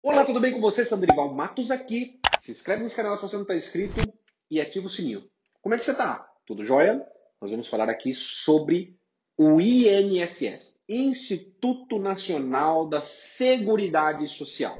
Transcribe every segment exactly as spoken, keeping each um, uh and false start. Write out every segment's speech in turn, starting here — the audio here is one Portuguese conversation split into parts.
Olá, tudo bem com você? Sandrival Matos aqui. Se inscreve nesse canal se você não está inscrito e ativa o sininho. Como é que você está? Tudo jóia? Nós vamos falar aqui sobre o I N S S, Instituto Nacional da Seguridade Social.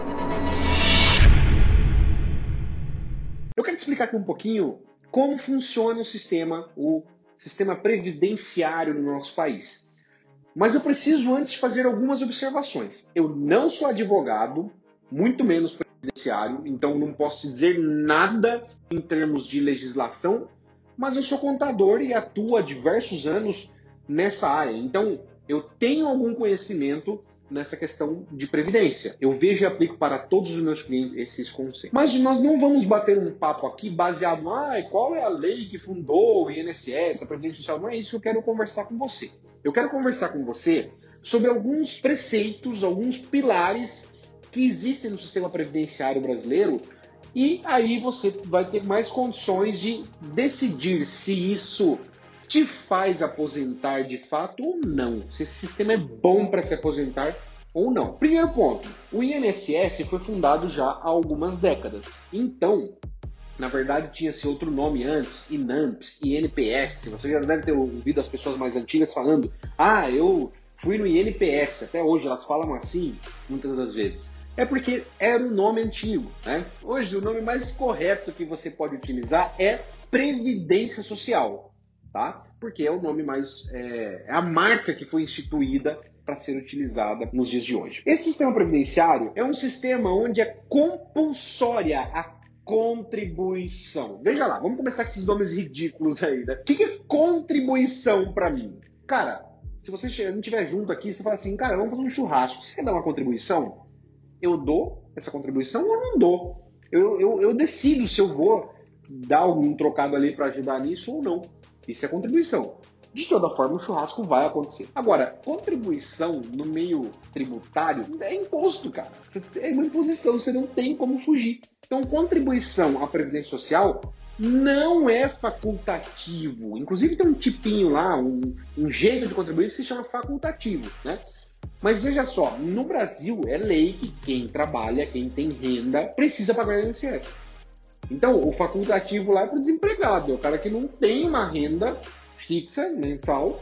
Eu quero te explicar aqui um pouquinho como funciona o sistema, o sistema previdenciário no nosso país. Mas eu preciso antes fazer algumas observações. Eu não sou advogado, muito menos previdenciário, então não posso dizer nada em termos de legislação, mas eu sou contador e atuo há diversos anos nessa área. Então eu tenho algum conhecimento nessa questão de previdência. Eu vejo e aplico para todos os meus clientes esses conceitos. Mas nós não vamos bater um papo aqui baseado no ah, qual é a lei que fundou o I N S S, a Previdência Social. Não é isso que eu quero conversar com você. Eu quero conversar com você sobre alguns preceitos, alguns pilares que existem no sistema previdenciário brasileiro, e aí você vai ter mais condições de decidir se isso te faz aposentar de fato ou não, se esse sistema é bom para se aposentar ou não. Primeiro ponto, o I N S S foi fundado já há algumas décadas, então, na verdade tinha-se outro nome antes, INAMPS, I N P S, você já deve ter ouvido as pessoas mais antigas falando, ah, eu fui no I N P S, até hoje elas falam assim, muitas das vezes. É porque era um nome antigo, né? Hoje o nome mais correto que você pode utilizar é Previdência Social, tá? Porque é o nome mais, é, é a marca que foi instituída para ser utilizada nos dias de hoje. Esse sistema previdenciário é um sistema onde é compulsória a contribuição. Veja lá, vamos começar com esses nomes ridículos aí, né? O que é contribuição para mim? Cara, se você não estiver junto aqui, você fala assim, cara, vamos fazer um churrasco. Você quer dar uma contribuição? Eu dou essa contribuição ou não dou? Eu, eu, eu decido se eu vou dar algum trocado ali para ajudar nisso ou não. Isso é contribuição. De toda forma, o churrasco vai acontecer. Agora, contribuição no meio tributário é imposto, cara. É uma imposição, você não tem como fugir. Então, contribuição à Previdência Social não é facultativo. Inclusive, tem um tipinho lá, um, um jeito de contribuir que se chama facultativo, né? Mas veja só, no Brasil é lei que quem trabalha, quem tem renda, precisa pagar o I N S S. Então, o facultativo lá é para o desempregado, é o cara que não tem uma renda fixa, mensal,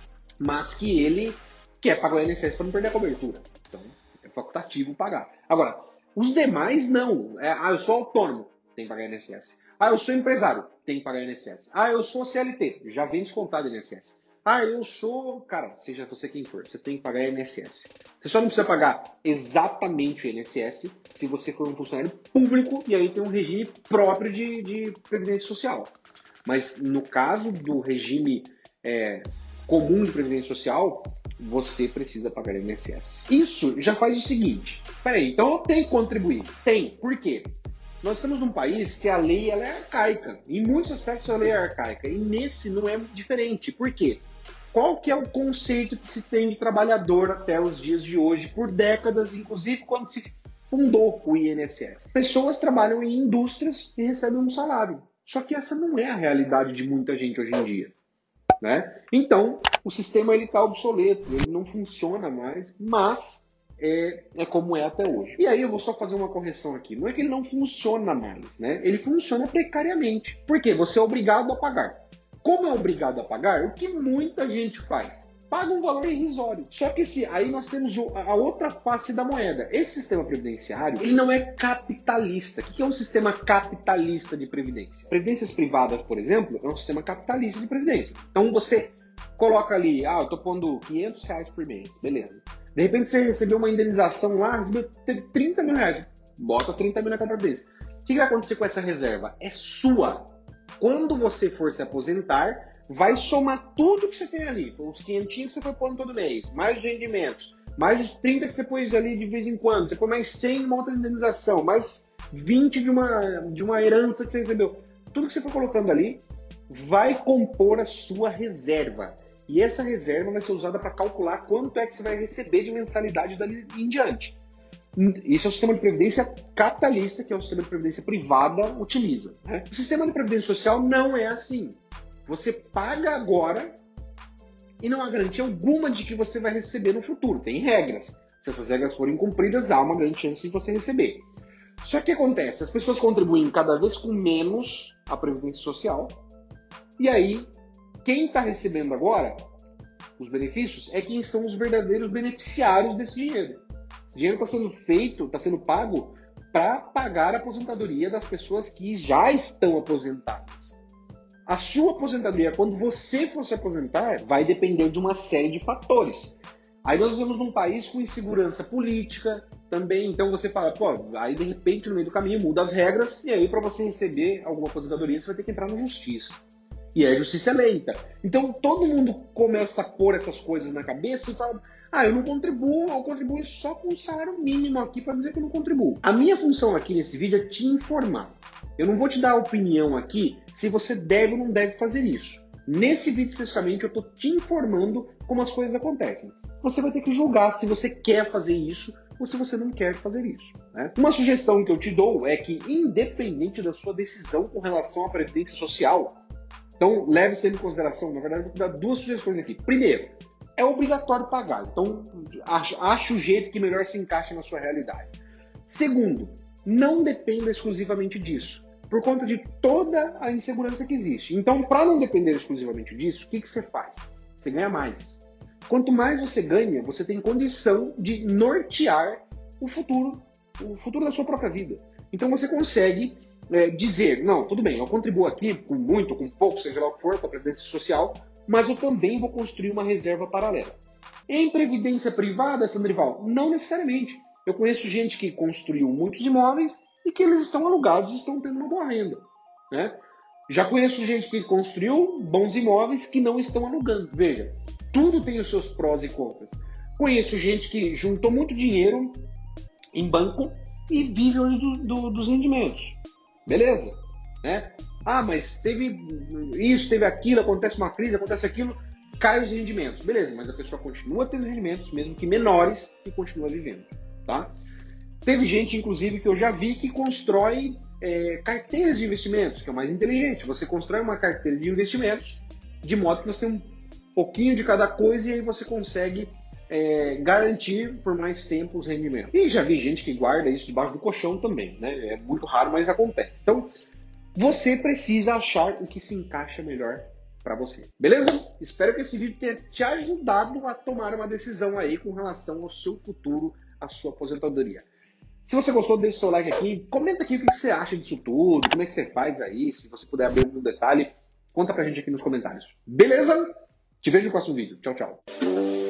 mas que ele quer pagar o I N S S para não perder a cobertura. Então, é facultativo pagar. Agora, os demais não. É, ah, eu sou autônomo, tem que pagar I N S S. Ah, eu sou empresário, tem que pagar I N S S. Ah, eu sou C L T, já vem descontado o I N S S. Ah, eu sou... Cara, seja você quem for, você tem que pagar I N S S. Você só não precisa pagar exatamente o I N S S se você for um funcionário público e aí tem um regime próprio de, de Previdência Social. Mas no caso do regime é, comum de Previdência Social, você precisa pagar I N S S. Isso já faz o seguinte. Peraí, então eu tenho que contribuir. Tem. Por quê? Nós estamos num país que a lei ela é arcaica. Em muitos aspectos a lei é arcaica. E nesse não é diferente. Por quê? Qual que é o conceito que se tem de trabalhador até os dias de hoje, por décadas, inclusive quando se fundou o I N S S? Pessoas trabalham em indústrias e recebem um salário. Só que essa não é a realidade de muita gente hoje em dia, né? Então, o sistema está obsoleto, ele não funciona mais, mas é, é como é até hoje. E aí eu vou só fazer uma correção aqui. Não é que ele não funciona mais, né? Ele funciona precariamente. Por quê? Você é obrigado a pagar. Como é obrigado a pagar, o que muita gente faz? Paga um valor irrisório. Só que se, aí nós temos a outra face da moeda. Esse sistema previdenciário, ele não é capitalista. O que é um sistema capitalista de previdência? Previdências privadas, por exemplo, é um sistema capitalista de previdência. Então você coloca ali, ah, eu tô pondo quinhentos reais por mês, beleza. De repente você recebeu uma indenização lá, recebeu trinta mil reais. Bota trinta mil na previdência. O que vai acontecer com essa reserva? É sua. Quando você for se aposentar, vai somar tudo que você tem ali. Os quinhentinhos que você foi pondo todo mês, mais os rendimentos, mais os trinta que você pôs ali de vez em quando, você põe mais cem de uma outra indenização, mais vinte de uma, de uma herança que você recebeu. Tudo que você for colocando ali vai compor a sua reserva. E essa reserva vai ser usada para calcular quanto é que você vai receber de mensalidade dali em diante. Isso é o sistema de previdência capitalista, que é o sistema de previdência privada utiliza, né? O sistema de previdência social não é assim. Você paga agora e não há garantia alguma de que você vai receber no futuro. Tem regras. Se essas regras forem cumpridas, há uma grande chance de você receber. Só que acontece, as pessoas contribuem cada vez com menos à Previdência Social, e aí, quem está recebendo agora os benefícios é quem são os verdadeiros beneficiários desse dinheiro. Esse dinheiro está sendo feito, está sendo pago para pagar a aposentadoria das pessoas que já estão aposentadas. A sua aposentadoria, quando você for se aposentar, vai depender de uma série de fatores. Aí nós vivemos num país com insegurança política também, então você fala, pô, aí de repente no meio do caminho muda as regras, e aí para você receber alguma aposentadoria você vai ter que entrar na justiça. E a justiça é lenta. Então todo mundo começa a pôr essas coisas na cabeça e fala, ah, eu não contribuo, eu contribuo só com o salário mínimo aqui para dizer que eu não contribuo. A minha função aqui nesse vídeo é te informar. Eu não vou te dar opinião aqui se você deve ou não deve fazer isso. Nesse vídeo especificamente eu estou te informando como as coisas acontecem. Você vai ter que julgar se você quer fazer isso ou se você não quer fazer isso, né? Uma sugestão que eu te dou é que, independente da sua decisão com relação à Previdência Social, então leve isso em consideração, na verdade eu vou te dar duas sugestões aqui. Primeiro, é obrigatório pagar, então ache o jeito que melhor se encaixa na sua realidade. Segundo, não dependa exclusivamente disso, por conta de toda a insegurança que existe. Então, para não depender exclusivamente disso, o que, que você faz? Você ganha mais. Quanto mais você ganha, você tem condição de nortear o futuro, o futuro da sua própria vida. Então você consegue é, dizer, não, tudo bem, eu contribuo aqui com muito, com pouco, seja lá o que for, com a Previdência Social, mas eu também vou construir uma reserva paralela. Em Previdência Privada, Sandrival, não necessariamente. Eu conheço gente que construiu muitos imóveis e que eles estão alugados e estão tendo uma boa renda, né? Já conheço gente que construiu bons imóveis que não estão alugando. Veja, tudo tem os seus prós e contras. Conheço gente que juntou muito dinheiro em banco e vive hoje do, do, dos rendimentos. Beleza, né? Ah, mas teve isso, teve aquilo, acontece uma crise, acontece aquilo, cai os rendimentos. Beleza, mas a pessoa continua tendo rendimentos, mesmo que menores, e continua vivendo, tá? Teve gente, inclusive, que eu já vi que constrói é, carteiras de investimentos, que é o mais inteligente. Você constrói uma carteira de investimentos de modo que você tem um pouquinho de cada coisa e aí você consegue é, garantir por mais tempo os rendimentos. E já vi gente que guarda isso debaixo do colchão também, né? É muito raro, mas acontece. Então, você precisa achar o que se encaixa melhor para você. Beleza? Espero que esse vídeo tenha te ajudado a tomar uma decisão aí com relação ao seu futuro, à sua aposentadoria. Se você gostou, deixe seu like aqui, comenta aqui o que você acha disso tudo, como é que você faz aí, se você puder abrir algum detalhe, conta pra gente aqui nos comentários. Beleza? Te vejo no próximo vídeo. Tchau, tchau.